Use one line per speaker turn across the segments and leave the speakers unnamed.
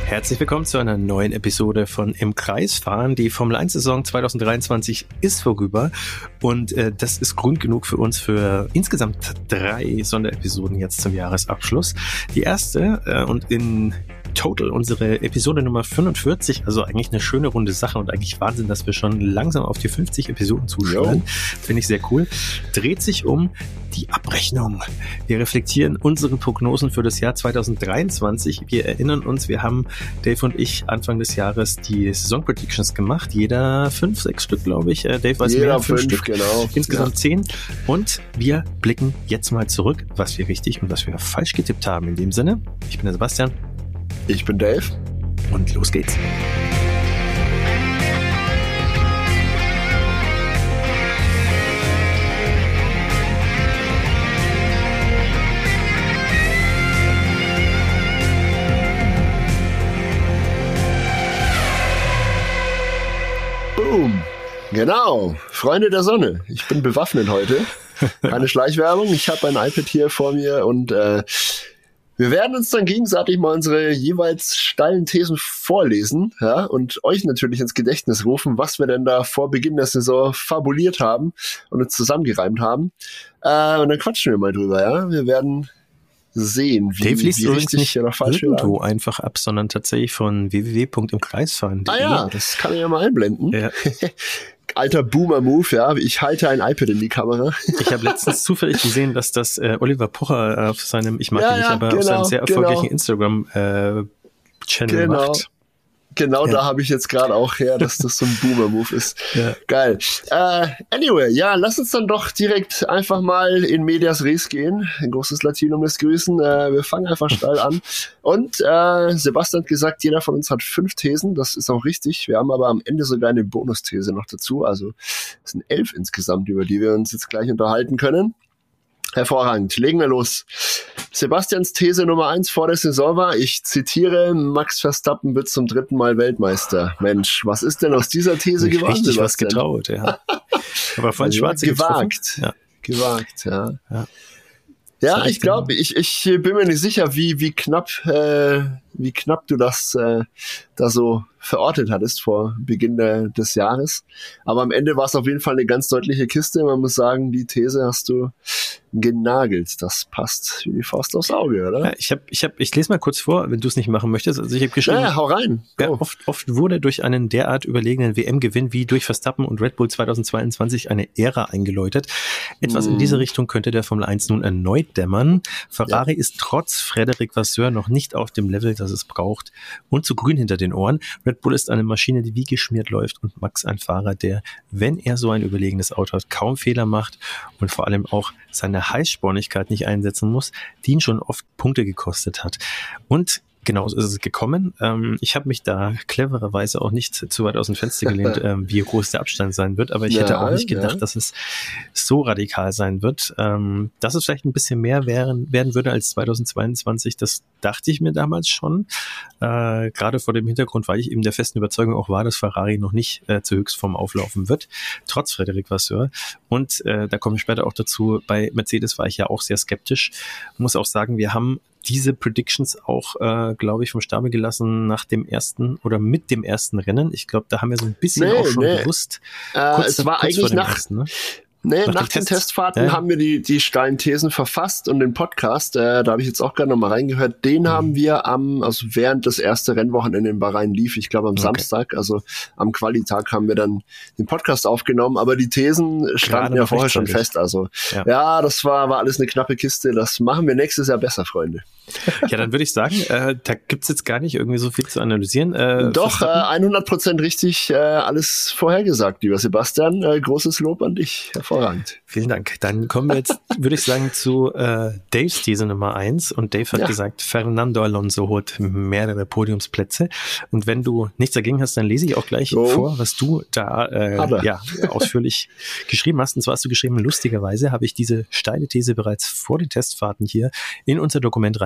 Herzlich willkommen zu einer neuen Episode von Im Kreis fahren. Die Formel 1 Saison 2023 ist vorüber und das ist Grund genug für uns für insgesamt 3 Sonderepisoden jetzt zum Jahresabschluss. Die erste und in total unsere Episode Nummer 45, also eigentlich eine schöne runde Sache und eigentlich Wahnsinn, dass wir schon langsam auf die 50 Episoden zusteuern. Finde ich sehr cool. Dreht sich um die Abrechnung. Wir reflektieren unsere Prognosen für das Jahr 2023. Wir erinnern uns, wir haben, Dave und ich, Anfang des Jahres die Saison-Predictions gemacht. Jeder 5, 6 Stück, glaube ich. Dave weiß mehr, 5 Stück.
Genau.
Insgesamt 10. Und wir blicken jetzt mal zurück, was wir richtig und was wir falsch getippt haben. In dem Sinne, ich bin der Sebastian.
Ich bin Dave.
Und los geht's.
Boom. Genau. Freunde der Sonne. Ich bin bewaffnet heute. Keine Schleichwerbung. Ich habe ein iPad hier vor mir und wir werden uns dann gegenseitig mal unsere jeweils steilen Thesen vorlesen, ja, und euch natürlich ins Gedächtnis rufen, was wir denn da vor Beginn der Saison fabuliert haben und uns zusammengereimt haben. Und dann quatschen wir mal drüber, ja. Wir werden sehen, wie richtig
nicht
oder falsch
irgendwo einfach ab, sondern tatsächlich von www.imkreisfahren.de.
Ah ja, das kann ich ja mal einblenden.
Ja.
Alter Boomer-Move, ja. Ich halte ein iPad in die Kamera.
Ich habe letztens zufällig gesehen, dass das Oliver Pocher auf seinem, ich mag ihn nicht, aber auf seinem sehr erfolgreichen Instagram-Channel macht.
Genau, da habe ich jetzt gerade auch her, dass das so ein Boomer-Move ist. Ja. Geil. Anyway, ja, lass uns dann doch direkt einfach mal in Medias Res gehen. Ein großes Latinum des Grüßen. Wir fangen einfach steil an. Und Sebastian hat gesagt, jeder von uns hat 5 Thesen. Das ist auch richtig. Wir haben aber am Ende sogar eine Bonusthese noch dazu. Also es sind 11 insgesamt, über die wir uns jetzt gleich unterhalten können. Hervorragend. Legen wir los. Sebastians These Nummer 1 vor der Saison war, ich zitiere, Max Verstappen wird zum 3. Mal Weltmeister. Mensch, was ist denn aus dieser These geworden,
richtig
Sebastian?
Was getraut, ja. Aber voll
also
schwarz
gewagt.
Ja.
Gewagt, ja.
Ja,
ich glaube, ich bin mir nicht sicher, wie knapp du das da so verortet hattest vor Beginn des Jahres. Aber am Ende war es auf jeden Fall eine ganz deutliche Kiste. Man muss sagen, die These hast du genagelt. Das passt wie die Faust aufs Auge, oder?
Ja, ich lese mal kurz vor, wenn du es nicht machen möchtest. Also ich habe geschrieben,
ja, hau rein.
Ja, oft wurde durch einen derart überlegenen WM-Gewinn wie durch Verstappen und Red Bull 2022 eine Ära eingeläutet. Etwas in diese Richtung könnte der Formel 1 nun erneut dämmern. Ferrari ist trotz Frédéric Vasseur noch nicht auf dem Level, das es braucht und zu grün hinter den Ohren. Red Bull ist eine Maschine, die wie geschmiert läuft und Max ein Fahrer, der, wenn er so ein überlegenes Auto hat, kaum Fehler macht und vor allem auch seine Heißspornigkeit nicht einsetzen muss, die ihn schon oft Punkte gekostet hat. Und genau so ist es gekommen. Ich habe mich da clevererweise auch nicht zu weit aus dem Fenster gelehnt, wie groß der Abstand sein wird, aber ich hätte auch nicht gedacht, dass es so radikal sein wird. Dass es vielleicht ein bisschen mehr werden würde als 2022, das dachte ich mir damals schon. Gerade vor dem Hintergrund, weil ich eben der festen Überzeugung auch war, dass Ferrari noch nicht zur Höchstform auflaufen wird, trotz Frédéric Vasseur. Und da komme ich später auch dazu, bei Mercedes war ich ja auch sehr skeptisch. Muss auch sagen, wir haben diese Predictions auch, glaube ich, vom Stapel gelassen nach dem ersten oder mit dem ersten Rennen. Ich glaube, da haben wir so ein bisschen auch schon gewusst.
Es war eigentlich nach den Testfahrten haben wir die steilen Thesen verfasst und den Podcast, da habe ich jetzt auch gerade nochmal reingehört, den haben wir während das erste Rennwochenende in Bahrain lief, ich glaube am Samstag, also am Qualitag haben wir dann den Podcast aufgenommen, aber die Thesen standen ja vorher schon fest, also ja, das war alles eine knappe Kiste, das machen wir nächstes Jahr besser, Freunde.
Ja, dann würde ich sagen, da gibt's jetzt gar nicht irgendwie so viel zu analysieren.
Doch, 100% richtig alles vorhergesagt, lieber Sebastian. Großes Lob an dich. Hervorragend.
Vielen Dank. Dann kommen wir jetzt, würde ich sagen, zu Daves These Nummer 1. Und Dave hat gesagt, Fernando Alonso holt mehrere Podiumsplätze. Und wenn du nichts dagegen hast, dann lese ich auch gleich vor, was du da ausführlich geschrieben hast. Und zwar hast du geschrieben, lustigerweise habe ich diese steile These bereits vor den Testfahrten hier in unser Dokument reingeschrieben.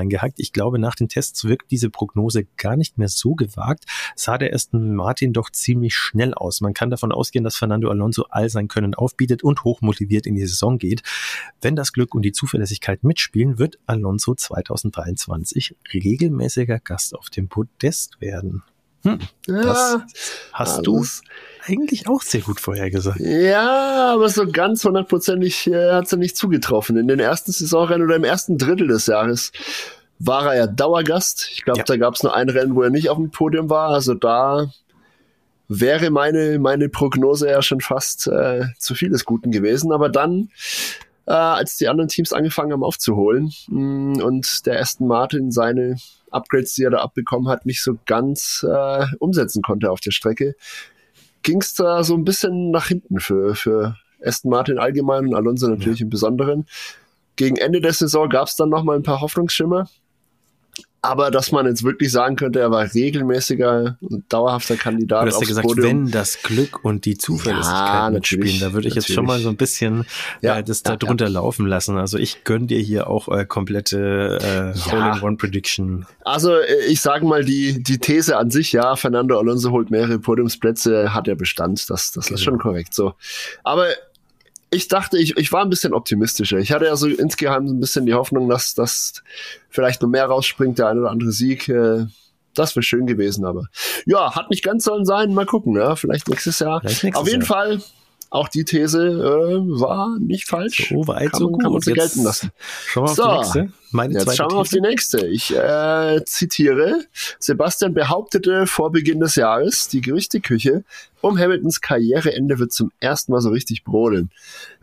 eingehakt. Ich glaube, nach den Tests wirkt diese Prognose gar nicht mehr so gewagt. Sah der Aston Martin doch ziemlich schnell aus. Man kann davon ausgehen, dass Fernando Alonso all sein Können aufbietet und hochmotiviert in die Saison geht. Wenn das Glück und die Zuverlässigkeit mitspielen, wird Alonso 2023 regelmäßiger Gast auf dem Podest werden. Das hast du eigentlich auch sehr gut vorhergesagt.
Ja, aber so ganz 100%ig hat es ja nicht zugetroffen. In den ersten Saisonrennen oder im ersten Drittel des Jahres war er ja Dauergast. Ich glaube, da gab es nur ein Rennen, wo er nicht auf dem Podium war. Also da wäre meine Prognose ja schon fast zu viel des Guten gewesen. Aber dann, als die anderen Teams angefangen haben aufzuholen und der Aston Martin seine Upgrades, die er da abbekommen hat, nicht so ganz umsetzen konnte auf der Strecke, ging es da so ein bisschen nach hinten für Aston Martin allgemein und Alonso natürlich im Besonderen. Gegen Ende der Saison gab es dann noch mal ein paar Hoffnungsschimmer. Aber dass man jetzt wirklich sagen könnte, er war regelmäßiger und dauerhafter Kandidat aufs
Podium. Du hast ja gesagt, wenn das Glück und die Zuverlässigkeit mitspielen, da würde ich jetzt schon mal so ein bisschen das da drunter laufen lassen. Also ich gönne dir hier auch komplette Hole-in-One-Prediction.
Also ich sage mal, die These an sich, Fernando Alonso holt mehrere Podiumsplätze, hat ja Bestand. Das ist schon korrekt so. Aber ich dachte, ich war ein bisschen optimistischer. Ich hatte ja so insgeheim ein bisschen die Hoffnung, dass das vielleicht noch mehr rausspringt, der ein oder andere Sieg. Das wäre schön gewesen, aber hat nicht ganz sollen sein. Mal gucken, vielleicht nächstes Jahr. Auf jeden Fall, auch die These war nicht falsch.
So weit, so gut.
Kann man so gelten lassen.
Schauen wir auf die nächste.
Jetzt schauen wir auf die nächste. Ich zitiere. Sebastian behauptete vor Beginn des Jahres, die Gerüchteküche um Hamiltons Karriereende wird zum ersten Mal so richtig brodeln.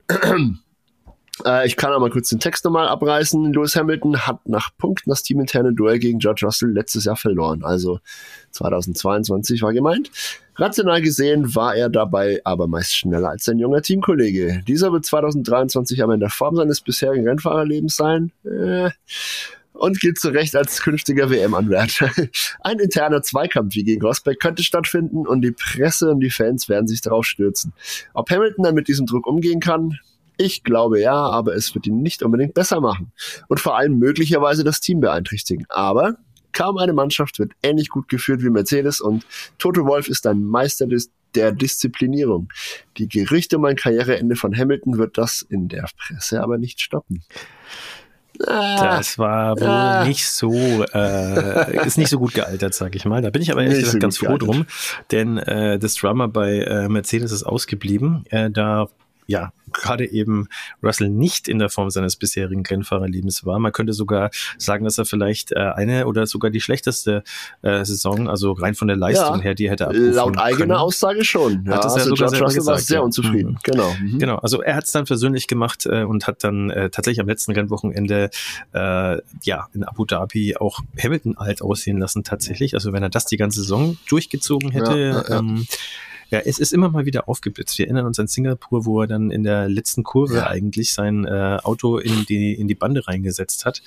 Ich kann auch mal kurz den Text nochmal abreißen. Lewis Hamilton hat nach Punkten das teaminterne Duell gegen George Russell letztes Jahr verloren. Also 2022 war gemeint. Rational gesehen war er dabei aber meist schneller als sein junger Teamkollege. Dieser wird 2023 aber in der Form seines bisherigen Rennfahrerlebens sein. Und gilt zu Recht als künftiger WM-Anwärter. Ein interner Zweikampf wie gegen Rosberg könnte stattfinden und die Presse und die Fans werden sich darauf stürzen. Ob Hamilton dann mit diesem Druck umgehen kann? Ich glaube ja, aber es wird ihn nicht unbedingt besser machen. Und vor allem möglicherweise das Team beeinträchtigen. Aber kaum eine Mannschaft wird ähnlich gut geführt wie Mercedes und Toto Wolff ist ein Meister der Disziplinierung. Die Gerüchte um ein Karriereende von Hamilton wird das in der Presse aber nicht stoppen.
Das war wohl nicht so, ist nicht so gut gealtert, sag ich mal. Da bin ich aber ehrlich gesagt ganz froh drum, denn das Drama bei Mercedes ist ausgeblieben. Da gerade eben Russell nicht in der Form seines bisherigen Rennfahrerlebens war. Man könnte sogar sagen, dass er vielleicht eine oder sogar die schlechteste Saison, also rein von der Leistung her, die hätte abrufen können.
Laut eigener Aussage schon.
Hat das also sogar
George Russell war sehr unzufrieden.
Genau, also er hat es dann persönlich gemacht und hat dann tatsächlich am letzten Rennwochenende in Abu Dhabi auch Hamilton alt aussehen lassen tatsächlich. Also wenn er das die ganze Saison durchgezogen hätte, es ist immer mal wieder aufgeblitzt. Wir erinnern uns an Singapur, wo er dann in der letzten Kurve eigentlich sein Auto in die Bande reingesetzt hat.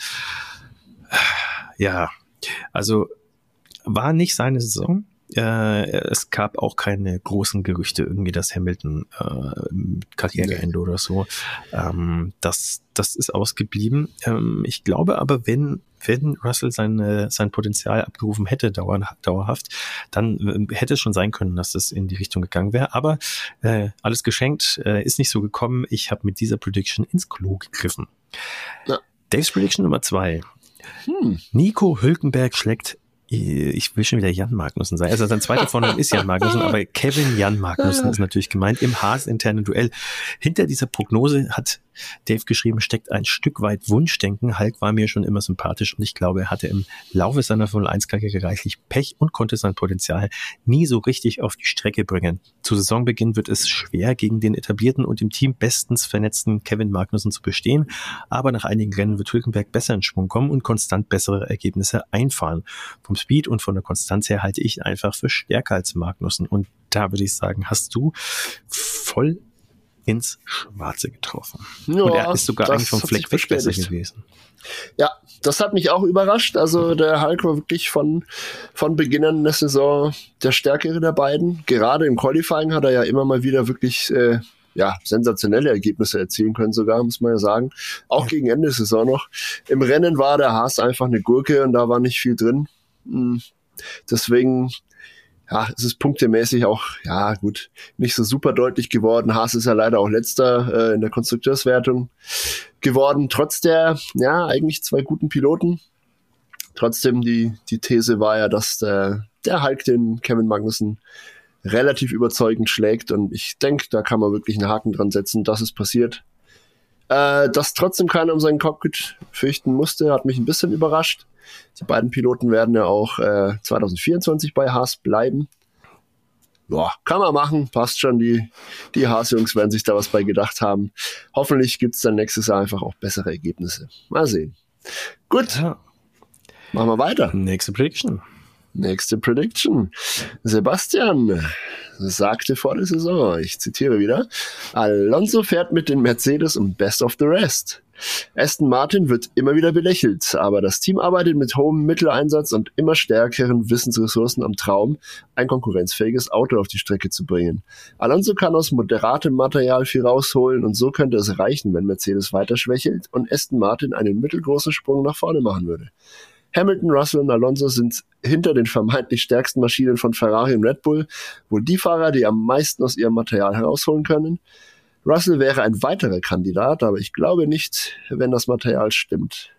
Ja, also war nicht seine Saison. Es gab auch keine großen Gerüchte irgendwie, dass Hamilton Karriereende oder so. Das ist ausgeblieben. Ich glaube aber, wenn Russell sein Potenzial abgerufen hätte dauerhaft, dann hätte es schon sein können, dass das in die Richtung gegangen wäre. Aber alles geschenkt, ist nicht so gekommen. Ich habe mit dieser Prediction ins Klo gegriffen. Ja. Daves Prediction Nummer 2. Nico Hülkenberg schlägt, ich will schon wieder Jan Magnussen sein. Also sein zweiter Vorname ist Jan Magnussen, aber Kevin Jan Magnussen ist natürlich gemeint im Haas-internen Duell. Hinter dieser Prognose hat Dave geschrieben, steckt ein Stück weit Wunschdenken. Hulk war mir schon immer sympathisch und ich glaube, er hatte im Laufe seiner Formel-1-Karriere reichlich Pech und konnte sein Potenzial nie so richtig auf die Strecke bringen. Zu Saisonbeginn wird es schwer, gegen den etablierten und im Team bestens vernetzten Kevin Magnussen zu bestehen, aber nach einigen Rennen wird Hülkenberg besser in Schwung kommen und konstant bessere Ergebnisse einfahren. Vom Speed und von der Konstanz her halte ich ihn einfach für stärker als Magnussen und da würde ich sagen, hast du voll ins Schwarze getroffen.
Ja,
und er ist sogar eigentlich vom Fleck weg besser gewesen.
Ja, das hat mich auch überrascht. Also der Hulk war wirklich von Beginn an der Saison der stärkere der beiden. Gerade im Qualifying hat er ja immer mal wieder wirklich sensationelle Ergebnisse erzielen können sogar, muss man ja sagen. Auch gegen Ende der Saison noch. Im Rennen war der Haas einfach eine Gurke und da war nicht viel drin. Deswegen, es ist punktemäßig auch, nicht so super deutlich geworden. Haas ist ja leider auch Letzter in der Konstrukteurswertung geworden, trotz der, eigentlich 2 guten Piloten. Trotzdem, die These war ja, dass der Hulk den Kevin Magnussen relativ überzeugend schlägt und ich denke, da kann man wirklich einen Haken dran setzen, dass es passiert. Dass trotzdem keiner um sein Cockpit fürchten musste, hat mich ein bisschen überrascht. Die beiden Piloten werden ja auch 2024 bei Haas bleiben. Ja, kann man machen, passt schon. Die Haas-Jungs werden sich da was bei gedacht haben. Hoffentlich gibt es dann nächstes Jahr einfach auch bessere Ergebnisse. Mal sehen. Gut, machen wir weiter.
Nächste Prediction. Sebastian sagte vor der Saison, ich zitiere wieder, Alonso fährt mit den Mercedes um Best of the Rest. Aston Martin wird immer wieder belächelt, aber das Team arbeitet mit hohem Mitteleinsatz und immer stärkeren Wissensressourcen am Traum, ein konkurrenzfähiges Auto auf die Strecke zu bringen. Alonso kann aus moderatem Material viel rausholen und so könnte es reichen, wenn Mercedes weiter schwächelt und Aston Martin einen mittelgroßen Sprung nach vorne machen würde. Hamilton, Russell und Alonso sind hinter den vermeintlich stärksten Maschinen von Ferrari und Red Bull wohl die Fahrer, die am meisten aus ihrem Material herausholen können. Russell wäre ein weiterer Kandidat, aber ich glaube nicht, wenn das Material stimmt.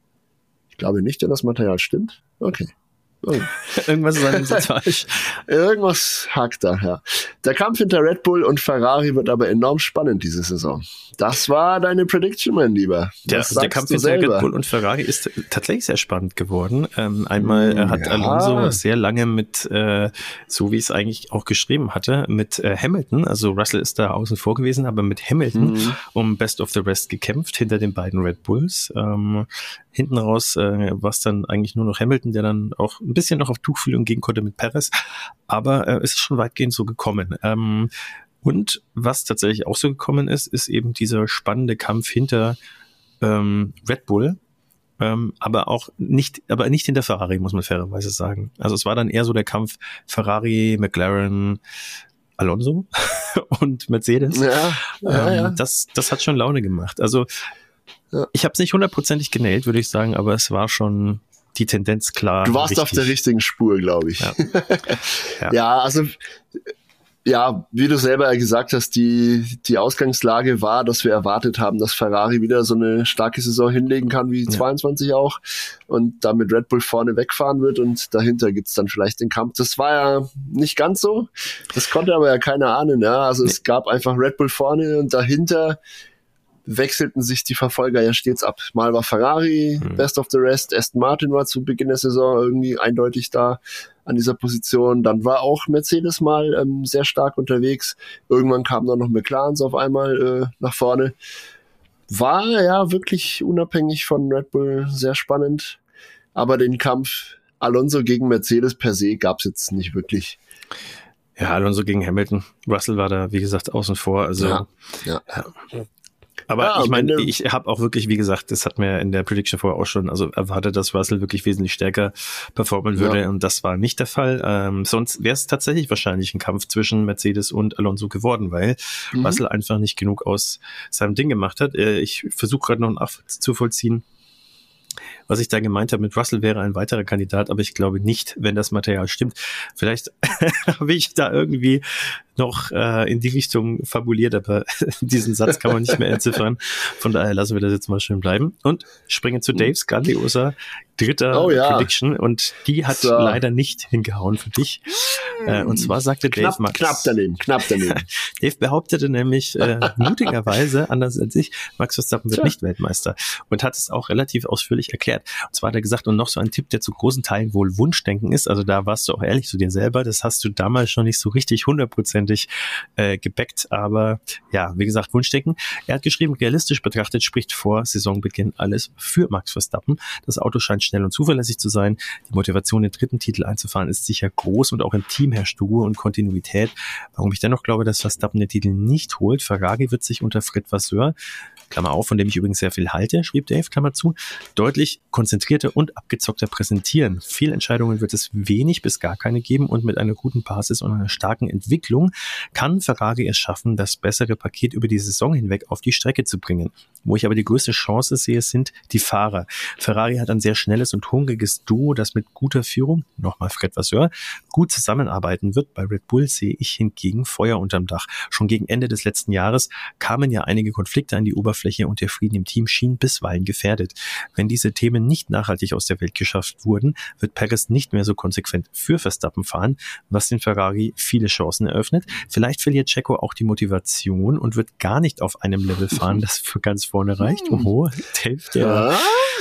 Okay. Irgendwas ist an dem Satz falsch.
Irgendwas hakt da, ja. Der Kampf hinter Red Bull und Ferrari wird aber enorm spannend diese Saison. Das war deine Prediction, mein Lieber.
Der Kampf hinter Red Bull und Ferrari ist tatsächlich sehr spannend geworden. Einmal hat Alonso sehr lange mit, so wie es eigentlich auch geschrieben hatte, mit Hamilton, also Russell ist da außen vor gewesen, aber mit Hamilton um Best of the Rest gekämpft hinter den beiden Red Bulls. Hinten raus war es dann eigentlich nur noch Hamilton, der dann auch ein bisschen noch auf Tuchfühlung gehen konnte mit Perez, aber es ist schon weitgehend so gekommen. Und was tatsächlich auch so gekommen ist eben dieser spannende Kampf hinter Red Bull, aber nicht hinter Ferrari, muss man fairerweise sagen. Also es war dann eher so der Kampf Ferrari, McLaren, Alonso und Mercedes. Ja. Das hat schon Laune gemacht. Also ich habe es nicht 100%ig genäht, würde ich sagen, aber es war schon die Tendenz klar.
Du warst richtig auf der richtigen Spur, glaube ich. Ja, wie du selber gesagt hast, die Ausgangslage war, dass wir erwartet haben, dass Ferrari wieder so eine starke Saison hinlegen kann, wie 22 auch, und damit Red Bull vorne wegfahren wird und dahinter gibt's dann vielleicht den Kampf. Das war ja nicht ganz so, das konnte aber ja keiner ahnen. Ja? Also es gab einfach Red Bull vorne und dahinter wechselten sich die Verfolger ja stets ab. Mal war Ferrari Best of the Rest, Aston Martin war zu Beginn der Saison irgendwie eindeutig da an dieser Position. Dann war auch Mercedes mal sehr stark unterwegs. Irgendwann kamen dann noch McLarens auf einmal nach vorne. War ja wirklich unabhängig von Red Bull sehr spannend. Aber den Kampf Alonso gegen Mercedes per se gab's jetzt nicht wirklich.
Ja, Alonso gegen Hamilton. Russell war da, wie gesagt, außen vor. Also ja. Aber ich meine, ich habe auch wirklich, wie gesagt, das hat mir in der Prediction vorher auch schon, also erwartet, dass Russell wirklich wesentlich stärker performen würde und das war nicht der Fall. Sonst wäre es tatsächlich wahrscheinlich ein Kampf zwischen Mercedes und Alonso geworden, weil Russell einfach nicht genug aus seinem Ding gemacht hat. Ich versuche gerade noch nachzuvollziehen, was ich da gemeint habe mit Russell wäre ein weiterer Kandidat, aber ich glaube nicht, wenn das Material stimmt. Vielleicht habe ich da irgendwie noch in die Richtung fabuliert, aber diesen Satz kann man nicht mehr entziffern. Von daher lassen wir das jetzt mal schön bleiben und springen zu Daves grandioser dritter Prediction und die hat leider nicht hingehauen für dich. Und zwar sagte Dave
knapp daneben.
Dave behauptete nämlich mutigerweise, anders als ich, Max Verstappen wird nicht Weltmeister und hat es auch relativ ausführlich erklärt. Und zwar hat er gesagt, und noch so ein Tipp, der zu großen Teilen wohl Wunschdenken ist, also da warst du auch ehrlich zu dir selber, das hast du damals schon nicht so richtig 100% gebackt, aber ja, wie gesagt, Wunschdenken. Er hat geschrieben, realistisch betrachtet spricht vor Saisonbeginn alles für Max Verstappen. Das Auto scheint schnell und zuverlässig zu sein. Die Motivation, den dritten Titel einzufahren, ist sicher groß und auch im Team herrscht Ruhe und Kontinuität. Warum ich dennoch glaube, dass Verstappen den Titel nicht holt, Ferrari wird sich unter Fred Vasseur Klammer auf, von dem ich übrigens sehr viel halte, schrieb Dave, Klammer zu, deutlich konzentrierter und abgezockter präsentieren. Fehlentscheidungen wird es wenig bis gar keine geben und mit einer guten Basis und einer starken Entwicklung kann Ferrari es schaffen, das bessere Paket über die Saison hinweg auf die Strecke zu bringen. Wo ich aber die größte Chance sehe, sind die Fahrer. Ferrari hat ein sehr schnelles und hungriges Duo, das mit guter Führung, nochmal Fred Vasseur, gut zusammenarbeiten wird. Bei Red Bull sehe ich hingegen Feuer unterm Dach. Schon gegen Ende des letzten Jahres kamen ja einige Konflikte an die Oberfläche und der Frieden im Team schien bisweilen gefährdet. Wenn diese Themen nicht nachhaltig aus der Welt geschafft wurden, wird Perez nicht mehr so konsequent für Verstappen fahren, was den Ferrari viele Chancen eröffnet. Vielleicht verliert Checo auch die Motivation und wird gar nicht auf einem Level fahren, das für ganz vorne reicht. Oho, Dave,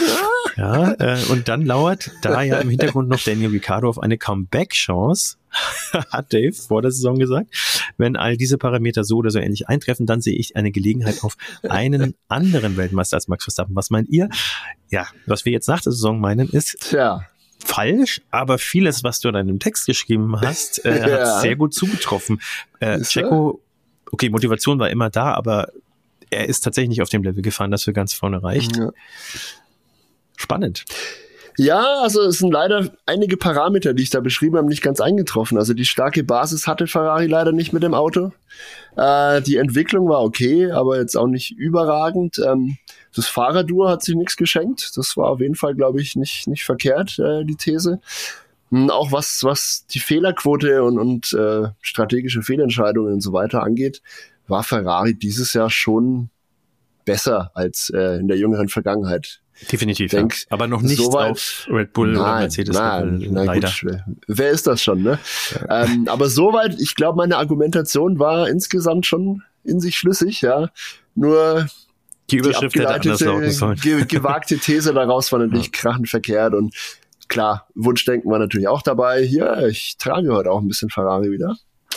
und dann lauert da ja im Hintergrund noch Daniel Ricciardo auf eine Comeback-Chance, hat Dave vor der Saison gesagt. Wenn all diese Parameter so oder so ähnlich eintreffen, dann sehe ich eine Gelegenheit auf einen anderen Weltmeister als Max Verstappen. Was meint ihr? Ja, was wir jetzt nach der Saison meinen, ist falsch, aber vieles, was du in deinem Text geschrieben hast, hat sehr gut zugetroffen. Checo, okay, Motivation war immer da, aber er ist tatsächlich nicht auf dem Level gefahren, das für ganz vorne reicht. Ja. Spannend.
Ja, also es sind leider einige Parameter, die ich da beschrieben habe, nicht ganz eingetroffen. Also die starke Basis hatte Ferrari leider nicht mit dem Auto. Die Entwicklung war okay, aber jetzt auch nicht überragend. Das Fahrerduo hat sich nichts geschenkt. Das war auf jeden Fall, glaube ich, nicht verkehrt, die These. Auch was die Fehlerquote und strategische Fehlentscheidungen und so weiter angeht, war Ferrari dieses Jahr schon besser als in der jüngeren Vergangenheit.
Definitiv, ja. Aber noch nicht so auf Red Bull oder Mercedes. Leider.
Gut, wer ist das schon, ne? Ja. Aber soweit, ich glaube, meine Argumentation war insgesamt schon in sich schlüssig, ja. Nur
die Überschrift hätte anders lauten sollen.
Gewagte These daraus war natürlich krachend verkehrt und klar, Wunschdenken war natürlich auch dabei. Hier, ich trage heute auch ein bisschen Ferrari wieder.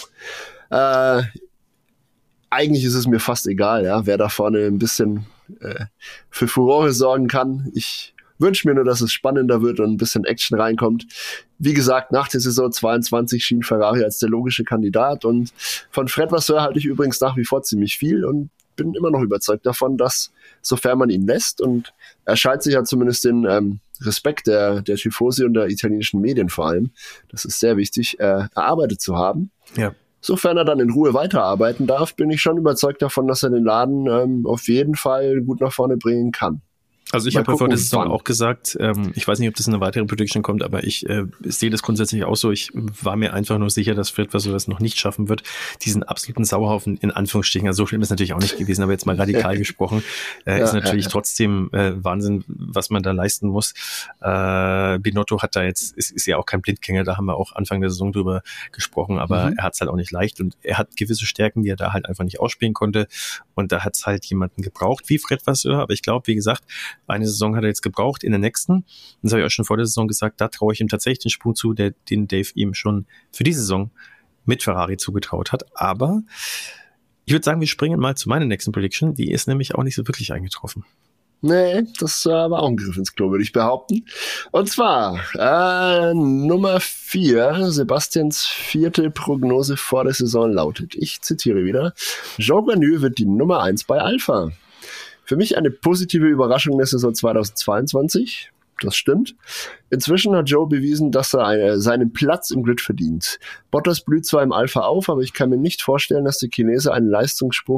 Eigentlich ist es mir fast egal, ja, wer da vorne ein bisschen für Furore sorgen kann. Ich wünsche mir nur, dass es spannender wird und ein bisschen Action reinkommt. Wie gesagt, nach der Saison 22 schien Ferrari als der logische Kandidat und von Fred Vasseur halte ich übrigens nach wie vor ziemlich viel und bin immer noch überzeugt davon, dass, sofern man ihn lässt, und er scheint sich ja zumindest den Respekt der Tifosi und der italienischen Medien vor allem, das ist sehr wichtig, erarbeitet zu haben.
Ja.
Sofern er dann in Ruhe weiterarbeiten darf, bin ich schon überzeugt davon, dass er den Laden auf jeden Fall gut nach vorne bringen kann.
Also ich habe vor der Saison auch gesagt, ich weiß nicht, ob das in eine weitere Prediction kommt, aber ich sehe das grundsätzlich auch so. Ich war mir einfach nur sicher, dass Fred Vasseur das noch nicht schaffen wird, diesen absoluten Sauhaufen in Anführungsstrichen, also so schlimm ist natürlich auch nicht gewesen, aber jetzt mal radikal gesprochen, ist natürlich trotzdem Wahnsinn, was man da leisten muss. Binotto hat da jetzt, ist ja auch kein Blindgänger, da haben wir auch Anfang der Saison drüber gesprochen, aber er hat es halt auch nicht leicht und er hat gewisse Stärken, die er da halt einfach nicht ausspielen konnte und da hat es halt jemanden gebraucht wie Fred Vasseur, aber ich glaube, wie gesagt, eine Saison hat er jetzt gebraucht, in der nächsten, das habe ich auch schon vor der Saison gesagt, da traue ich ihm tatsächlich den Sprung zu, den Dave ihm schon für die Saison mit Ferrari zugetraut hat. Aber ich würde sagen, wir springen mal zu meiner nächsten Prediction, die ist nämlich auch nicht so wirklich eingetroffen.
Nee, das war auch ein Griff ins Klo, würde ich behaupten. Und zwar Nummer 4, Sebastians 4. Prognose vor der Saison lautet, ich zitiere wieder, Jean Guanyu wird die Nummer 1 bei Alpha. Für mich eine positive Überraschung der Saison 2022. Das stimmt. Inzwischen hat Joe bewiesen, dass er seinen Platz im Grid verdient. Bottas blüht zwar im Alpha auf, aber ich kann mir nicht vorstellen, dass der Chinese einen Leistungssprung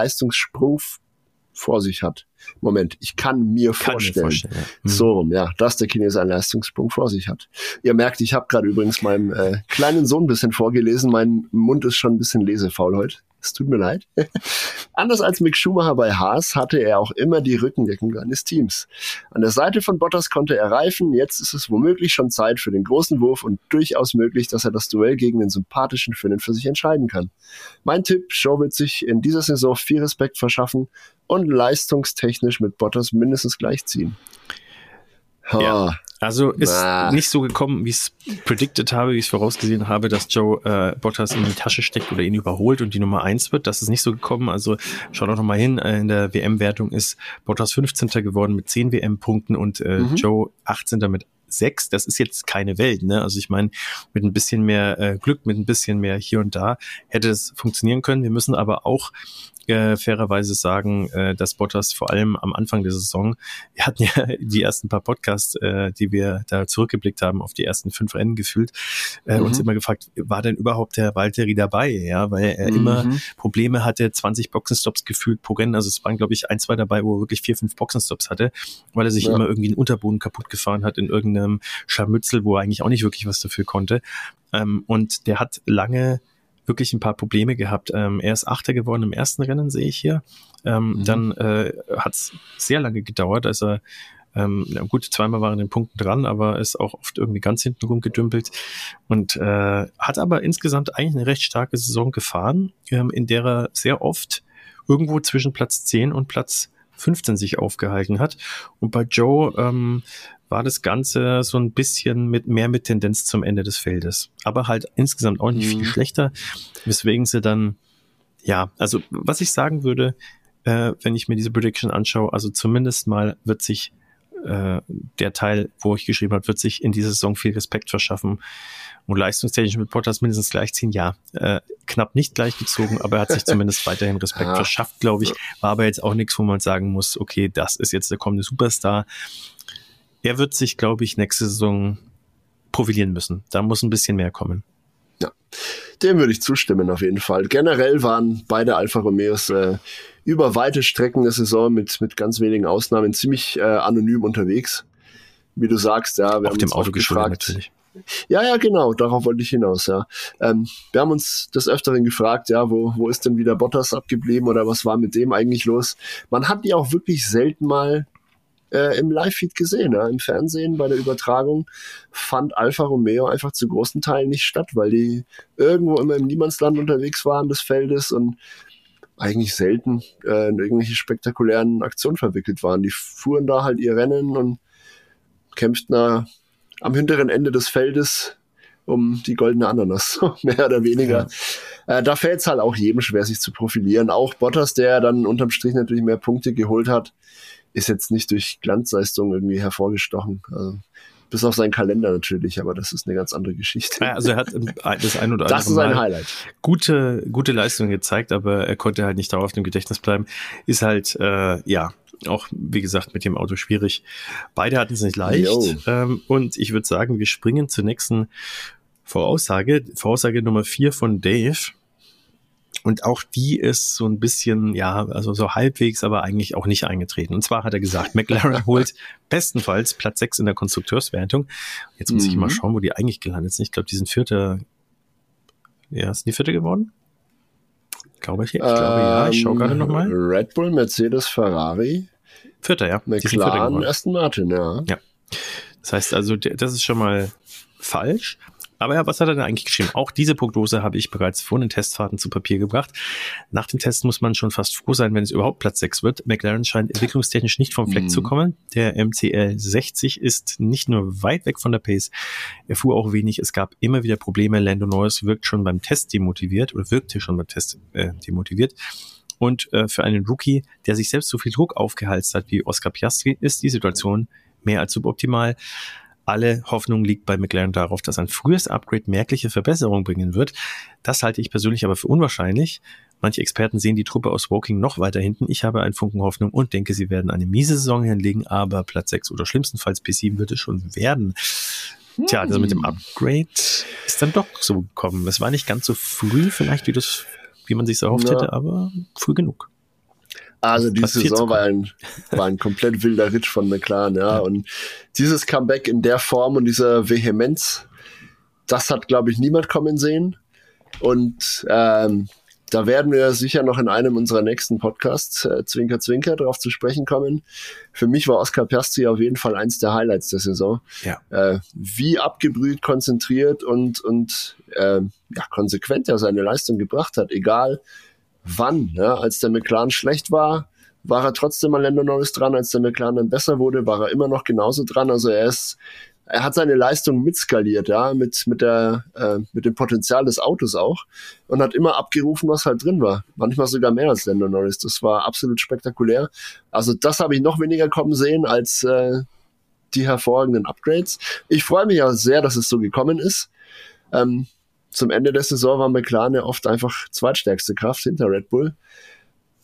vor sich hat. Moment, ich kann mir vorstellen. So rum, ja, dass der Chinese einen Leistungssprung vor sich hat. Ihr merkt, ich habe gerade übrigens meinem kleinen Sohn ein bisschen vorgelesen. Mein Mund ist schon ein bisschen lesefaul heute. Es tut mir leid. Anders als Mick Schumacher bei Haas hatte er auch immer die Rückendeckung eines Teams. An der Seite von Bottas konnte er reifen. Jetzt ist es womöglich schon Zeit für den großen Wurf und durchaus möglich, dass er das Duell gegen den sympathischen Finnen für sich entscheiden kann. Mein Tipp, Joe wird sich in dieser Saison viel Respekt verschaffen und leistungstechnisch mit Bottas mindestens gleichziehen.
Ja. Also ist nicht so gekommen, wie ich es predicted habe, wie ich es vorausgesehen habe, dass Joe Bottas in die Tasche steckt oder ihn überholt und die Nummer 1 wird. Das ist nicht so gekommen. Also schau doch noch mal hin. In der WM-Wertung ist Bottas 15. geworden mit 10 WM-Punkten und Joe 18. mit 6. Das ist jetzt keine Welt, ne? Also ich meine, mit ein bisschen mehr Glück, mit ein bisschen mehr hier und da hätte es funktionieren können. Wir müssen aber auch fairerweise sagen, dass Bottas vor allem am Anfang der Saison, wir hatten ja die ersten paar Podcasts, die wir da zurückgeblickt haben auf die ersten 5 Rennen gefühlt, uns immer gefragt, war denn überhaupt der Valtteri dabei? Ja, weil er immer Probleme hatte, 20 Boxenstops gefühlt pro Rennen, also es waren glaube ich 1, 2 dabei, wo er wirklich 4, 5 Boxenstops hatte, weil er sich immer irgendwie einen Unterboden kaputt gefahren hat in irgendeinem Scharmützel, wo er eigentlich auch nicht wirklich was dafür konnte. Und der hat lange wirklich ein paar Probleme gehabt. Er ist Achter geworden im ersten Rennen, sehe ich hier. Dann hat es sehr lange gedauert, also gut, 2-mal waren in den Punkten dran, aber ist auch oft irgendwie ganz hinten rumgedümpelt und hat aber insgesamt eigentlich eine recht starke Saison gefahren, in der er sehr oft irgendwo zwischen Platz 10 und Platz 15 sich aufgehalten hat. Und bei Joe war das Ganze so ein bisschen mit Tendenz zum Ende des Feldes. Aber halt insgesamt auch nicht viel schlechter, weswegen sie dann, ja, also was ich sagen würde, wenn ich mir diese Prediction anschaue, also zumindest mal wird sich der Teil, wo ich geschrieben habe, wird sich in dieser Saison viel Respekt verschaffen und leistungstechnisch mit Bottas mindestens gleichziehen. Ja, knapp nicht gleichgezogen, aber er hat sich zumindest weiterhin Respekt verschafft, glaube ich. War aber jetzt auch nichts, wo man sagen muss, okay, das ist jetzt der kommende Superstar. Er wird sich, glaube ich, nächste Saison profilieren müssen. Da muss ein bisschen mehr kommen.
Ja, dem würde ich zustimmen auf jeden Fall. Generell waren beide Alfa Romeos über weite Strecken der Saison mit ganz wenigen Ausnahmen ziemlich anonym unterwegs. Wie du sagst, ja, wir
auf
haben
dem
uns
Auto
gefragt.
Natürlich.
Ja, genau, darauf wollte ich hinaus, ja. Wir haben uns des Öfteren gefragt, ja, wo ist denn wieder Bottas abgeblieben oder was war mit dem eigentlich los? Man hat die auch wirklich selten mal im Live-Feed gesehen, ja. Im Fernsehen bei der Übertragung fand Alfa Romeo einfach zu großen Teilen nicht statt, weil die irgendwo immer im Niemandsland unterwegs waren des Feldes und eigentlich selten in irgendwelche spektakulären Aktionen verwickelt waren. Die fuhren da halt ihr Rennen und kämpften am hinteren Ende des Feldes um die goldene Ananas, mehr oder weniger. Ja. Da fällt es halt auch jedem schwer, sich zu profilieren. Auch Bottas, der dann unterm Strich natürlich mehr Punkte geholt hat, ist jetzt nicht durch Glanzleistung irgendwie hervorgestochen. Also, bis auf seinen Kalender natürlich, aber das ist eine ganz andere Geschichte.
Ja, also er hat das ein oder andere
das ist ein Highlight.
Gute Leistung gezeigt, aber er konnte halt nicht dauerhaft im Gedächtnis bleiben. Ist halt, ja, auch, wie gesagt, mit dem Auto schwierig. Beide hatten es nicht leicht. Und ich würde sagen, wir springen zur nächsten Voraussage. Voraussage Nummer 4 von Dave. Und auch die ist so ein bisschen, ja, also so halbwegs, aber eigentlich auch nicht eingetreten. Und zwar hat er gesagt, McLaren holt bestenfalls Platz 6 in der Konstrukteurswertung. Jetzt muss ich mal schauen, wo die eigentlich gelandet sind. Ich glaube, die sind Vierter. Ja, sind die Vierte geworden? Glaube ich ja. Ich schaue gerade nochmal.
Red Bull, Mercedes, Ferrari.
Vierter, ja.
McLaren, Aston Martin, ja.
Ja. Das heißt also, das ist schon mal falsch. Aber ja, was hat er denn eigentlich geschrieben? Auch diese Prognose habe ich bereits vor den Testfahrten zu Papier gebracht. Nach dem Test muss man schon fast froh sein, wenn es überhaupt Platz 6 wird. McLaren scheint entwicklungstechnisch nicht vom Fleck zu kommen. Der MCL 60 ist nicht nur weit weg von der Pace, er fuhr auch wenig. Es gab immer wieder Probleme. Lando Norris wirkte schon beim Test demotiviert. Und für einen Rookie, der sich selbst so viel Druck aufgehalst hat wie Oscar Piastri, ist die Situation mehr als suboptimal. Alle Hoffnung liegt bei McLaren darauf, dass ein frühes Upgrade merkliche Verbesserungen bringen wird. Das halte ich persönlich aber für unwahrscheinlich. Manche Experten sehen die Truppe aus Woking noch weiter hinten. Ich habe einen Funken Hoffnung und denke, sie werden eine miese Saison hinlegen, aber Platz 6 oder schlimmstenfalls P7 wird es schon werden. Tja, also mit dem Upgrade ist dann doch so gekommen. Es war nicht ganz so früh vielleicht, wie man sich so erhofft hätte, aber früh genug.
Also die Saison war ein komplett wilder Ritt von McLaren, ja. Und dieses Comeback in der Form und dieser Vehemenz, das hat, glaube ich, niemand kommen sehen. Und da werden wir sicher noch in einem unserer nächsten Podcasts, Zwinker, Zwinker, darauf zu sprechen kommen. Für mich war Oscar Piastri auf jeden Fall eins der Highlights der Saison. Ja. Wie abgebrüht, konzentriert und konsequent er seine Leistung gebracht hat, egal wann. Ja, als der McLaren schlecht war er trotzdem an Lando Norris dran. Als der McLaren dann besser wurde, war er immer noch genauso dran. Also er hat seine Leistung mitskaliert, ja, mit dem Potenzial des Autos auch und hat immer abgerufen, was halt drin war. Manchmal sogar mehr als Lando Norris. Das war absolut spektakulär. Also das habe ich noch weniger kommen sehen als die hervorragenden Upgrades. Ich freue mich ja sehr, dass es so gekommen ist. Zum Ende der Saison war McLaren ja oft einfach zweitstärkste Kraft hinter Red Bull.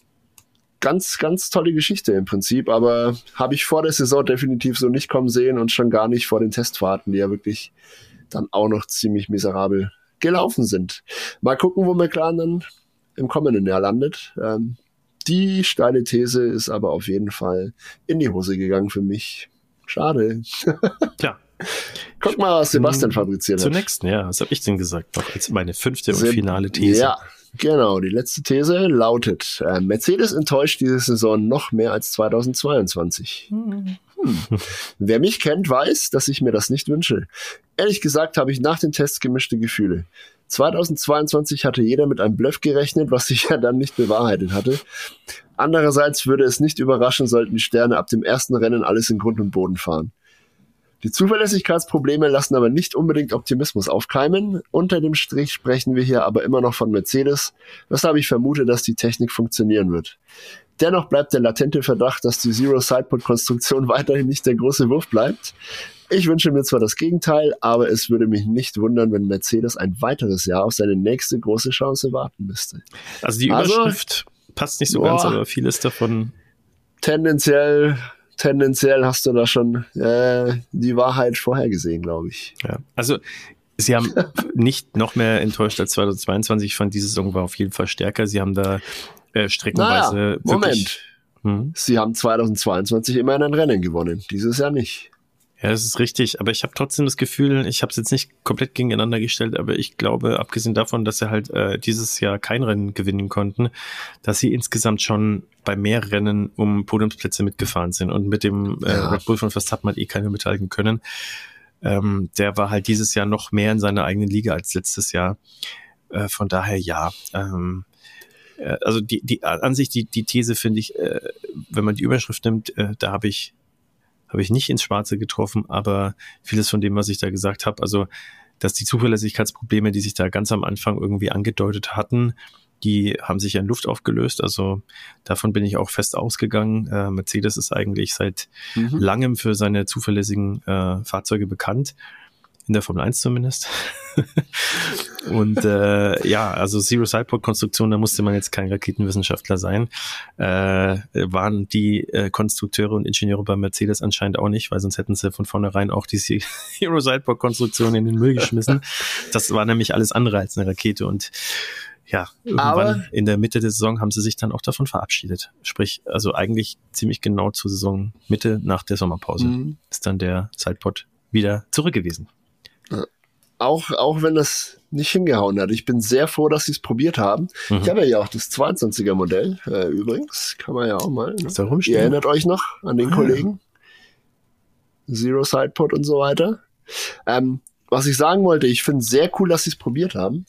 ganz, ganz tolle Geschichte im Prinzip, aber habe ich vor der Saison definitiv so nicht kommen sehen und schon gar nicht vor den Testfahrten, die ja wirklich dann auch noch ziemlich miserabel gelaufen sind. Mal gucken, wo McLaren dann im kommenden Jahr landet. Die steile These ist aber auf jeden Fall in die Hose gegangen für mich. Schade.
Tja.
Guck mal, was Sebastian fabriziert hat.
Zur nächsten, ja. Was habe ich denn gesagt? Noch als meine 5. und finale These.
Ja, genau. Die letzte These lautet, Mercedes enttäuscht diese Saison noch mehr als 2022. Wer mich kennt, weiß, dass ich mir das nicht wünsche. Ehrlich gesagt habe ich nach den Tests gemischte Gefühle. 2022 hatte jeder mit einem Bluff gerechnet, was sich ja dann nicht bewahrheitet hatte. Andererseits würde es nicht überraschen, sollten die Sterne ab dem ersten Rennen alles in Grund und Boden fahren. Die Zuverlässigkeitsprobleme lassen aber nicht unbedingt Optimismus aufkeimen. Unter dem Strich sprechen wir hier aber immer noch von Mercedes, weshalb ich vermute, dass die Technik funktionieren wird. Dennoch bleibt der latente Verdacht, dass die Zero-Sidepod-Konstruktion weiterhin nicht der große Wurf bleibt. Ich wünsche mir zwar das Gegenteil, aber es würde mich nicht wundern, wenn Mercedes ein weiteres Jahr auf seine nächste große Chance warten müsste.
Also die Überschrift passt nicht so ganz, aber vieles davon...
Tendenziell hast du da schon die Wahrheit vorhergesehen, glaube ich.
Ja, also sie haben nicht noch mehr enttäuscht als 2022. Ich fand, diese Saison war auf jeden Fall stärker. Sie haben da streckenweise
Moment. Sie haben 2022 immerhin ein Rennen gewonnen, dieses Jahr nicht.
Ja, das ist richtig, aber ich habe trotzdem das Gefühl, ich habe es jetzt nicht komplett gegeneinander gestellt, aber ich glaube, abgesehen davon, dass sie halt dieses Jahr kein Rennen gewinnen konnten, dass sie insgesamt schon bei mehr Rennen um Podiumsplätze mitgefahren sind und mit dem Red Bull von Verstappen hat keiner mithalten können. Der war halt dieses Jahr noch mehr in seiner eigenen Liga als letztes Jahr. Von daher ja. Also an sich die These finde ich, wenn man die Überschrift nimmt, da habe ich nicht ins Schwarze getroffen, aber vieles von dem, was ich da gesagt habe, also dass die Zuverlässigkeitsprobleme, die sich da ganz am Anfang irgendwie angedeutet hatten, die haben sich in Luft aufgelöst. Also davon bin ich auch fest ausgegangen. Mercedes ist eigentlich seit langem für seine zuverlässigen Fahrzeuge bekannt. In der Formel 1 zumindest. Und also Zero-Sidepod-Konstruktion, da musste man jetzt kein Raketenwissenschaftler sein. Waren die Konstrukteure und Ingenieure bei Mercedes anscheinend auch nicht, weil sonst hätten sie von vornherein auch die Zero-Sidepod-Konstruktion in den Müll geschmissen. Das war nämlich alles andere als eine Rakete und ja, irgendwann in der Mitte der Saison haben sie sich dann auch davon verabschiedet. Sprich, also eigentlich ziemlich genau zur Saisonmitte nach der Sommerpause ist dann der Sidepod wieder zurück gewesen.
Auch wenn das nicht hingehauen hat. Ich bin sehr froh, dass sie es probiert haben. Ich habe ja auch das 22er Modell, übrigens. Kann man ja auch mal. Ne?
Da rumstehen.
Ihr erinnert euch noch an den Kollegen? Zero Sidepod und so weiter. Was ich sagen wollte, ich finde es sehr cool, dass sie es probiert haben.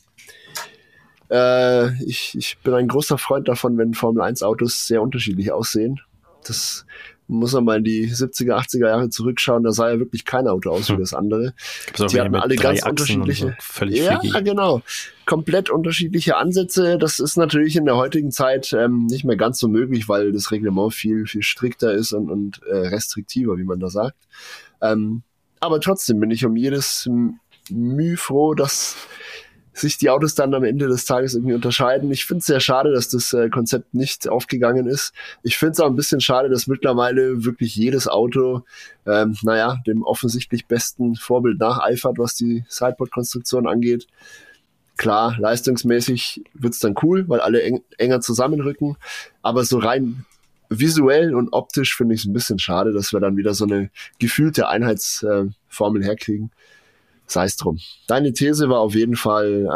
Ich bin ein großer Freund davon, wenn Formel 1 Autos sehr unterschiedlich aussehen. Das muss man mal in die 70er, 80er Jahre zurückschauen, da sah ja wirklich kein Auto aus wie das andere. Die hatten alle ganz unterschiedliche,
so.
Genau, komplett unterschiedliche Ansätze. Das ist natürlich in der heutigen Zeit nicht mehr ganz so möglich, weil das Reglement viel, viel strikter ist und restriktiver, wie man da sagt. Aber trotzdem bin ich um jedes Mühe froh, dass sich die Autos dann am Ende des Tages irgendwie unterscheiden. Ich finde es sehr schade, dass das Konzept nicht aufgegangen ist. Ich finde es auch ein bisschen schade, dass mittlerweile wirklich jedes Auto dem offensichtlich besten Vorbild nacheifert, was die Sidepod-Konstruktion angeht. Klar, leistungsmäßig wird's dann cool, weil alle enger zusammenrücken, aber so rein visuell und optisch finde ich es ein bisschen schade, dass wir dann wieder so eine gefühlte Einheitsformel herkriegen. Sei es drum. Deine These war auf jeden Fall,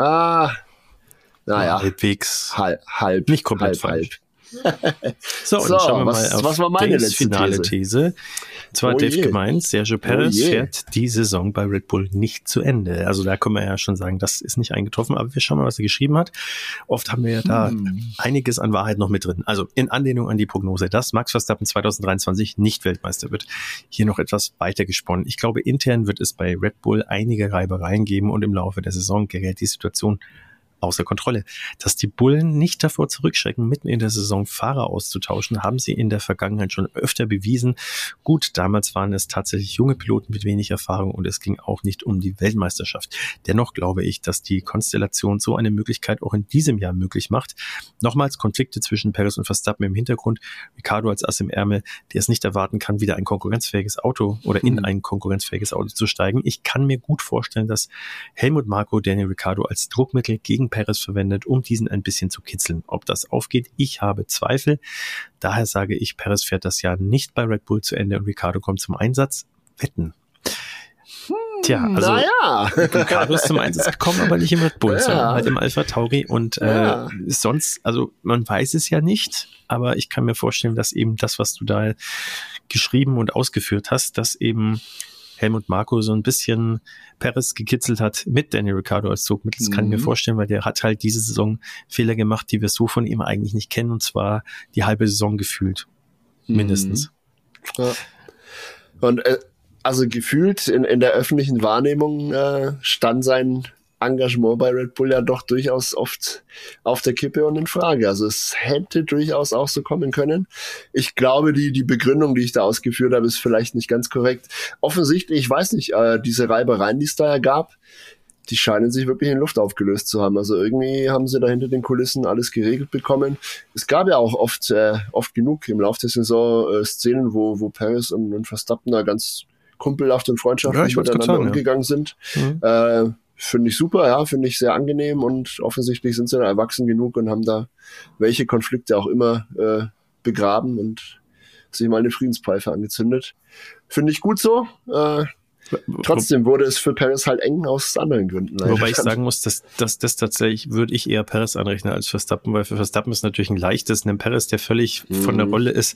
halbwegs.
Halb.
Nicht komplett falsch. So, und schauen wir mal auf
was war meine
Daves
letzte
finale
These?
Und zwar Dave gemeint, Sergio Perez fährt die Saison bei Red Bull nicht zu Ende. Also da können wir ja schon sagen, das ist nicht eingetroffen, aber wir schauen mal, was er geschrieben hat. Oft haben wir ja da einiges an Wahrheit noch mit drin. Also in Anlehnung an die Prognose, dass Max Verstappen 2023 nicht Weltmeister wird. Hier noch etwas weiter gesponnen. Ich glaube, intern wird es bei Red Bull einige Reibereien geben und im Laufe der Saison gerät die Situation außer Kontrolle. Dass die Bullen nicht davor zurückschrecken, mitten in der Saison Fahrer auszutauschen, haben sie in der Vergangenheit schon öfter bewiesen. Gut, damals waren es tatsächlich junge Piloten mit wenig Erfahrung und es ging auch nicht um die Weltmeisterschaft. Dennoch glaube ich, dass die Konstellation so eine Möglichkeit auch in diesem Jahr möglich macht. Nochmals Konflikte zwischen Perez und Verstappen im Hintergrund, Ricciardo als Ass im Ärmel, der es nicht erwarten kann, wieder ein konkurrenzfähiges Auto oder in ein konkurrenzfähiges Auto zu steigen. Ich kann mir gut vorstellen, dass Helmut Marko Daniel Ricciardo als Druckmittel gegen Perez verwendet, um diesen ein bisschen zu kitzeln. Ob das aufgeht, ich habe Zweifel. Daher sage ich, Perez fährt das Jahr nicht bei Red Bull zu Ende und Ricciardo kommt zum Einsatz. Wetten. Tja, also Ricciardo ist zum Einsatz gekommen, aber nicht im Red Bull, sondern halt im Alpha Tauri und sonst, also man weiß es ja nicht, aber ich kann mir vorstellen, dass eben das, was du da geschrieben und ausgeführt hast, dass eben Helmut Marko so ein bisschen Perez gekitzelt hat mit Daniel Ricciardo als Zugmittel. Das kann ich mir vorstellen, weil der hat halt diese Saison Fehler gemacht, die wir so von ihm eigentlich nicht kennen, und zwar die halbe Saison gefühlt. Mindestens.
Ja. Und also gefühlt in der öffentlichen Wahrnehmung stand sein Engagement bei Red Bull ja doch durchaus oft auf der Kippe und in Frage. Also es hätte durchaus auch so kommen können. Ich glaube, die Begründung, die ich da ausgeführt habe, ist vielleicht nicht ganz korrekt. Offensichtlich, ich weiß nicht, diese Reibereien, die es da ja gab, die scheinen sich wirklich in Luft aufgelöst zu haben. Also irgendwie haben sie da hinter den Kulissen alles geregelt bekommen. Es gab ja auch oft genug im Laufe der Saison Szenen, wo Perez und Verstappen da ganz kumpelhaft und freundschaftlich miteinander umgegangen sind. Finde ich super, ja, finde ich sehr angenehm und offensichtlich sind sie da erwachsen genug und haben da welche Konflikte auch immer begraben und sich mal eine Friedenspfeife angezündet. Finde ich gut so. Trotzdem wurde es für Perez halt eng aus anderen Gründen.
Wobei ich sagen muss, dass das tatsächlich würde ich eher Perez anrechnen als Verstappen, weil für Verstappen ist natürlich ein leichtes, einem Perez, der völlig von der Rolle ist,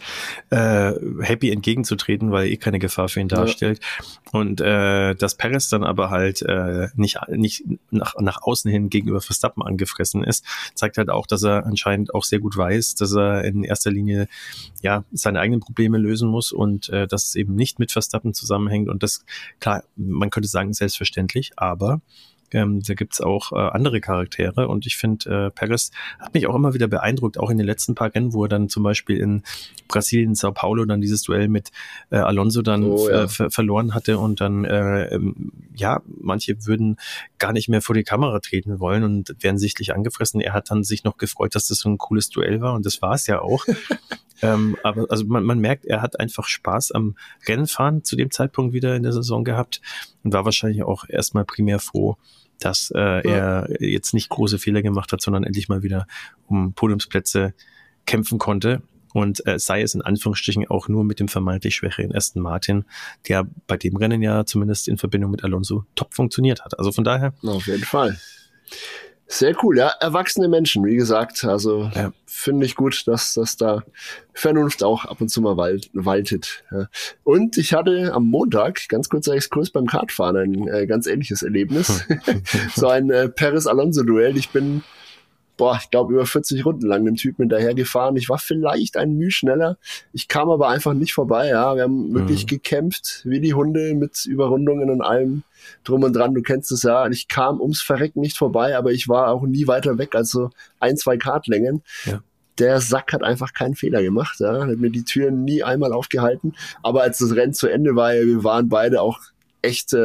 happy entgegenzutreten, weil er eh keine Gefahr für ihn darstellt. Und dass Perez dann aber halt nicht nach außen hin gegenüber Verstappen angefressen ist, zeigt halt auch, dass er anscheinend auch sehr gut weiß, dass er in erster Linie ja seine eigenen Probleme lösen muss und dass es eben nicht mit Verstappen zusammenhängt. Und das, klar, man könnte sagen selbstverständlich, aber da gibt's auch andere Charaktere und ich finde, Perez hat mich auch immer wieder beeindruckt, auch in den letzten paar Rennen, wo er dann zum Beispiel in Brasilien, Sao Paulo dann dieses Duell mit Alonso dann verloren hatte und dann, manche würden gar nicht mehr vor die Kamera treten wollen und werden sichtlich angefressen. Er hat dann sich noch gefreut, dass das so ein cooles Duell war und das war es ja auch. Aber also man merkt, er hat einfach Spaß am Rennenfahren zu dem Zeitpunkt wieder in der Saison gehabt und war wahrscheinlich auch erstmal primär froh, dass er jetzt nicht große Fehler gemacht hat, sondern endlich mal wieder um Podiumsplätze kämpfen konnte. Und sei es in Anführungsstrichen auch nur mit dem vermeintlich schwächeren Aston Martin, der bei dem Rennen ja zumindest in Verbindung mit Alonso top funktioniert hat. Also von daher.
Auf jeden Fall. Sehr cool, ja. Erwachsene Menschen, wie gesagt. Also finde ich gut, dass da Vernunft auch ab und zu mal waltet. Ja. Und ich hatte am Montag, ganz kurzer Exkurs beim Kartfahren, ein ganz ähnliches Erlebnis. So ein Perez-Alonso-Duell. Ich bin ich glaube, über 40 Runden lang dem Typen hinterher gefahren. Ich war vielleicht ein Mühe schneller. Ich kam aber einfach nicht vorbei. Ja, wir haben wirklich gekämpft wie die Hunde mit Überrundungen und allem drum und dran. Du kennst es ja. Ich kam ums Verrecken nicht vorbei, aber ich war auch nie weiter weg als so 1-2 Kartlängen. Ja. Der Sack hat einfach keinen Fehler gemacht. Ja, hat mir die Türen nie einmal aufgehalten. Aber als das Rennen zu Ende war, wir waren beide auch echt,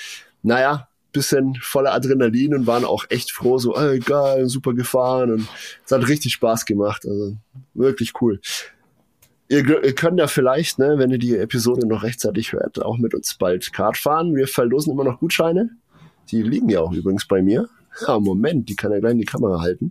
bisschen voller Adrenalin und waren auch echt froh, so, geil, super gefahren und es hat richtig Spaß gemacht, also wirklich cool. Ihr könnt ja vielleicht, wenn ihr die Episode noch rechtzeitig hört, auch mit uns bald Kart fahren. Wir verlosen immer noch Gutscheine, die liegen ja auch übrigens bei mir. Ja, Moment, die kann ja gleich in die Kamera halten.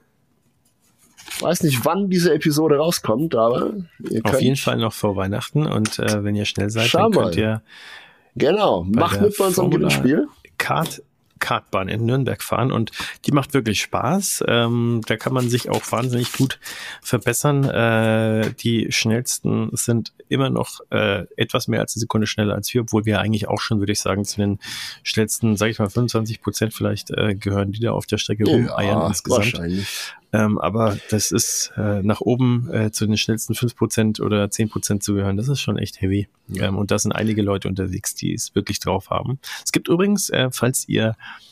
Ich weiß nicht, wann diese Episode rauskommt, aber ihr könnt...
Auf jeden Fall noch vor Weihnachten und wenn ihr schnell seid, dann könnt ihr...
Genau, macht mit bei unserem Gewinnspiel.
Kartbahn in Nürnberg fahren und die macht wirklich Spaß. Da kann man sich auch wahnsinnig gut verbessern. Die schnellsten sind immer noch etwas mehr als eine Sekunde schneller als wir, obwohl wir eigentlich auch schon, würde ich sagen, zu den schnellsten, sage ich mal 25% vielleicht gehören, die da auf der Strecke rumeiern insgesamt.
Wahrscheinlich.
Aber das ist nach oben zu den schnellsten 5% oder 10% zu gehören, das ist schon echt heavy. Und da sind einige Leute unterwegs, die es wirklich drauf haben. Es gibt übrigens, falls ihr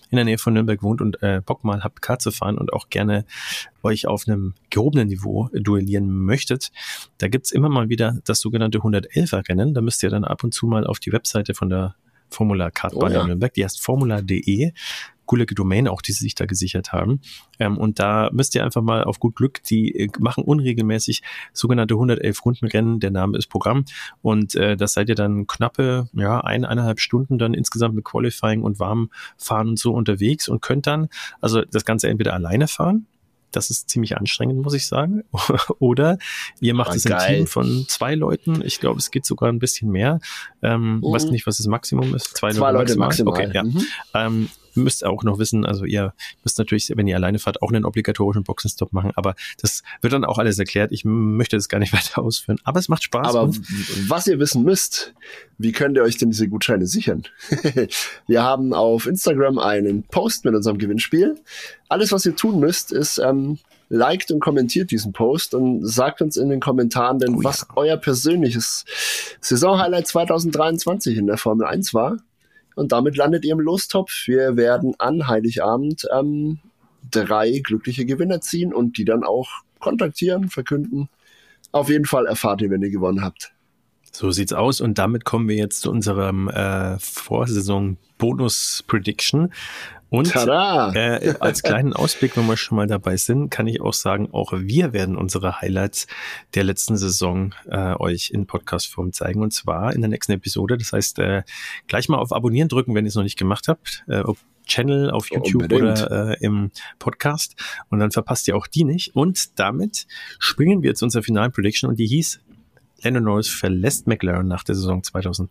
in der Nähe von Nürnberg wohnt und Bock mal habt, Kart zu fahren und auch gerne euch auf einem gehobenen Niveau duellieren möchtet, da gibt's immer mal wieder das sogenannte 111er-Rennen. Da müsst ihr dann ab und zu mal auf die Webseite von der Formula Kartbahn in Nürnberg, die heißt formula.de. Coole Domain auch, die sie sich da gesichert haben. Und da müsst ihr einfach mal auf gut Glück, die machen unregelmäßig sogenannte 111 Rundenrennen, der Name ist Programm. Und das seid ihr dann knappe 1,5 Stunden dann insgesamt mit Qualifying und Warmfahren und so unterwegs und könnt dann also das Ganze entweder alleine fahren, das ist ziemlich anstrengend, muss ich sagen. Oder ihr macht es im Team von 2 Leuten. Ich glaube, es geht sogar ein bisschen mehr. Weiß nicht, was das Maximum ist. 2 Leute maximal. Okay, ja. Müsst auch noch wissen, also ihr müsst natürlich, wenn ihr alleine fahrt, auch einen obligatorischen Boxenstopp machen, aber das wird dann auch alles erklärt. Ich möchte das gar nicht weiter ausführen, aber es macht Spaß.
Aber was ihr wissen müsst, wie könnt ihr euch denn diese Gutscheine sichern? Wir haben auf Instagram einen Post mit unserem Gewinnspiel. Alles, was ihr tun müsst, ist liked und kommentiert diesen Post und sagt uns in den Kommentaren denn, was euer persönliches Saisonhighlight 2023 in der Formel 1 war. Und damit landet ihr im Lostopf. Wir werden an Heiligabend 3 glückliche Gewinner ziehen und die dann auch kontaktieren, verkünden. Auf jeden Fall erfahrt ihr, wenn ihr gewonnen habt.
So sieht's aus und damit kommen wir jetzt zu unserem Vorsaison-Bonus-Prediction. Und als kleinen Ausblick, wenn wir schon mal dabei sind, kann ich auch sagen, auch wir werden unsere Highlights der letzten Saison euch in Podcast-Form zeigen. Und zwar in der nächsten Episode. Das heißt, gleich mal auf Abonnieren drücken, wenn ihr es noch nicht gemacht habt. Ob Channel auf YouTube oder im Podcast. Und dann verpasst ihr auch die nicht. Und damit springen wir zu unserer finalen Prediction. Und die hieß, Lando Norris verlässt McLaren nach der Saison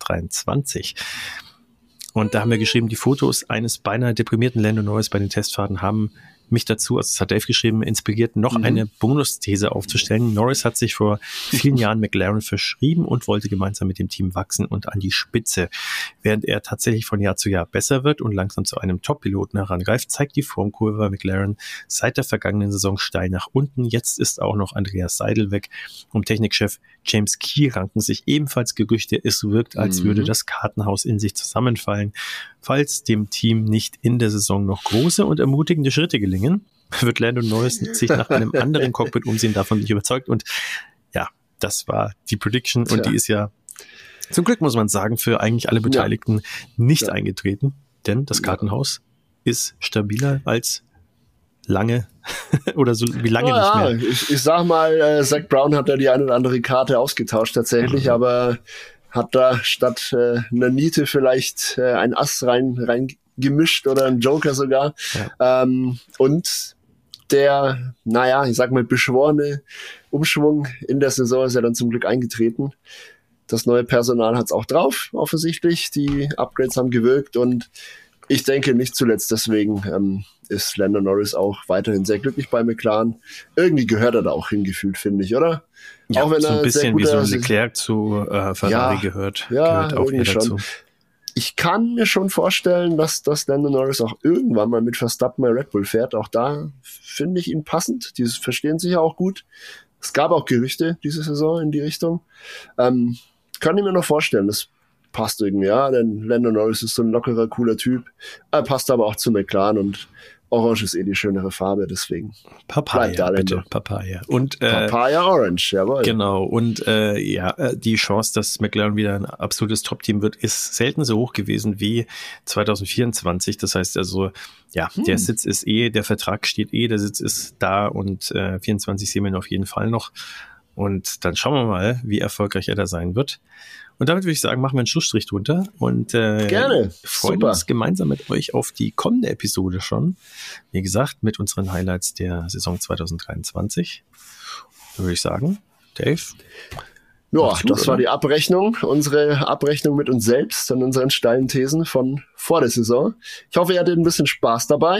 2023. Und da haben wir geschrieben, die Fotos eines beinahe deprimierten Lando Norris bei den Testfahrten haben mich dazu, also das hat Dave geschrieben, inspiriert, noch eine Bonusthese aufzustellen. Norris hat sich vor vielen Jahren McLaren verschrieben und wollte gemeinsam mit dem Team wachsen und an die Spitze. Während er tatsächlich von Jahr zu Jahr besser wird und langsam zu einem Top-Piloten herangreift, zeigt die Formkurve bei McLaren seit der vergangenen Saison steil nach unten. Jetzt ist auch noch Andreas Seidel weg. Um Technikchef James Key ranken sich ebenfalls Gerüchte. Es wirkt, als würde das Kartenhaus in sich zusammenfallen. Falls dem Team nicht in der Saison noch große und ermutigende Schritte gelingen, wird Lando Norris sich nach einem anderen Cockpit umsehen, davon nicht überzeugt. Und ja, das war die Prediction und die ist ja zum Glück, muss man sagen, für eigentlich alle Beteiligten nicht eingetreten, denn das Kartenhaus ist stabiler als lange oder so wie lange nicht mehr.
Ich sag mal, Zach Brown hat da die eine oder andere Karte ausgetauscht tatsächlich, aber hat da statt einer Niete vielleicht ein Ass rein gemischt oder ein Joker sogar. Ja. Und der, ich sag mal, beschworene Umschwung in der Saison ist ja dann zum Glück eingetreten. Das neue Personal hat's auch drauf, offensichtlich. Die Upgrades haben gewirkt und ich denke nicht zuletzt deswegen ist Lando Norris auch weiterhin sehr glücklich bei McLaren. Irgendwie gehört er da auch hingefühlt, finde ich, oder?
Ja,
auch wenn
so ein bisschen wie so Leclerc zu Ferrari gehört auch er dazu.
Ich kann mir schon vorstellen, dass Lando Norris auch irgendwann mal mit Verstappen bei Red Bull fährt. Auch da finde ich ihn passend. Die verstehen sich ja auch gut. Es gab auch Gerüchte diese Saison in die Richtung. Kann ich mir noch vorstellen, das passt irgendwie, denn Lando Norris ist so ein lockerer, cooler Typ. Er passt aber auch zu McLaren und Orange ist die schönere Farbe, deswegen.
Papaya, bitte. Papaya. Und,
Papaya Orange, jawohl.
Genau. Und die Chance, dass McLaren wieder ein absolutes Top-Team wird, ist selten so hoch gewesen wie 2024. Das heißt also, der Sitz ist der Vertrag steht der Sitz ist da und 24 sehen wir ihn auf jeden Fall noch. Und dann schauen wir mal, wie erfolgreich er da sein wird. Und damit würde ich sagen, machen wir einen Schlussstrich drunter und
gerne.
Freuen uns gemeinsam mit euch auf die kommende Episode schon. Wie gesagt, mit unseren Highlights der Saison 2023. Da würde ich sagen, Dave.
Ja, das war die Abrechnung, unsere Abrechnung mit uns selbst und unseren steilen Thesen von vor der Saison. Ich hoffe, ihr hattet ein bisschen Spaß dabei.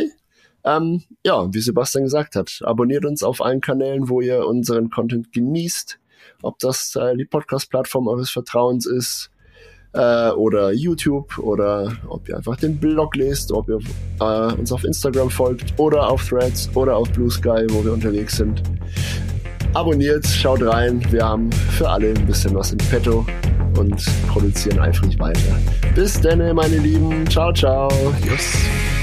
Wie Sebastian gesagt hat, abonniert uns auf allen Kanälen, wo ihr unseren Content genießt. Ob das die Podcast-Plattform eures Vertrauens ist oder YouTube oder ob ihr einfach den Blog lest, ob ihr uns auf Instagram folgt oder auf Threads oder auf Blue Sky, wo wir unterwegs sind. Abonniert, schaut rein. Wir haben für alle ein bisschen was in petto und produzieren eifrig weiter. Bis dann, meine Lieben. Ciao, ciao.
Adios.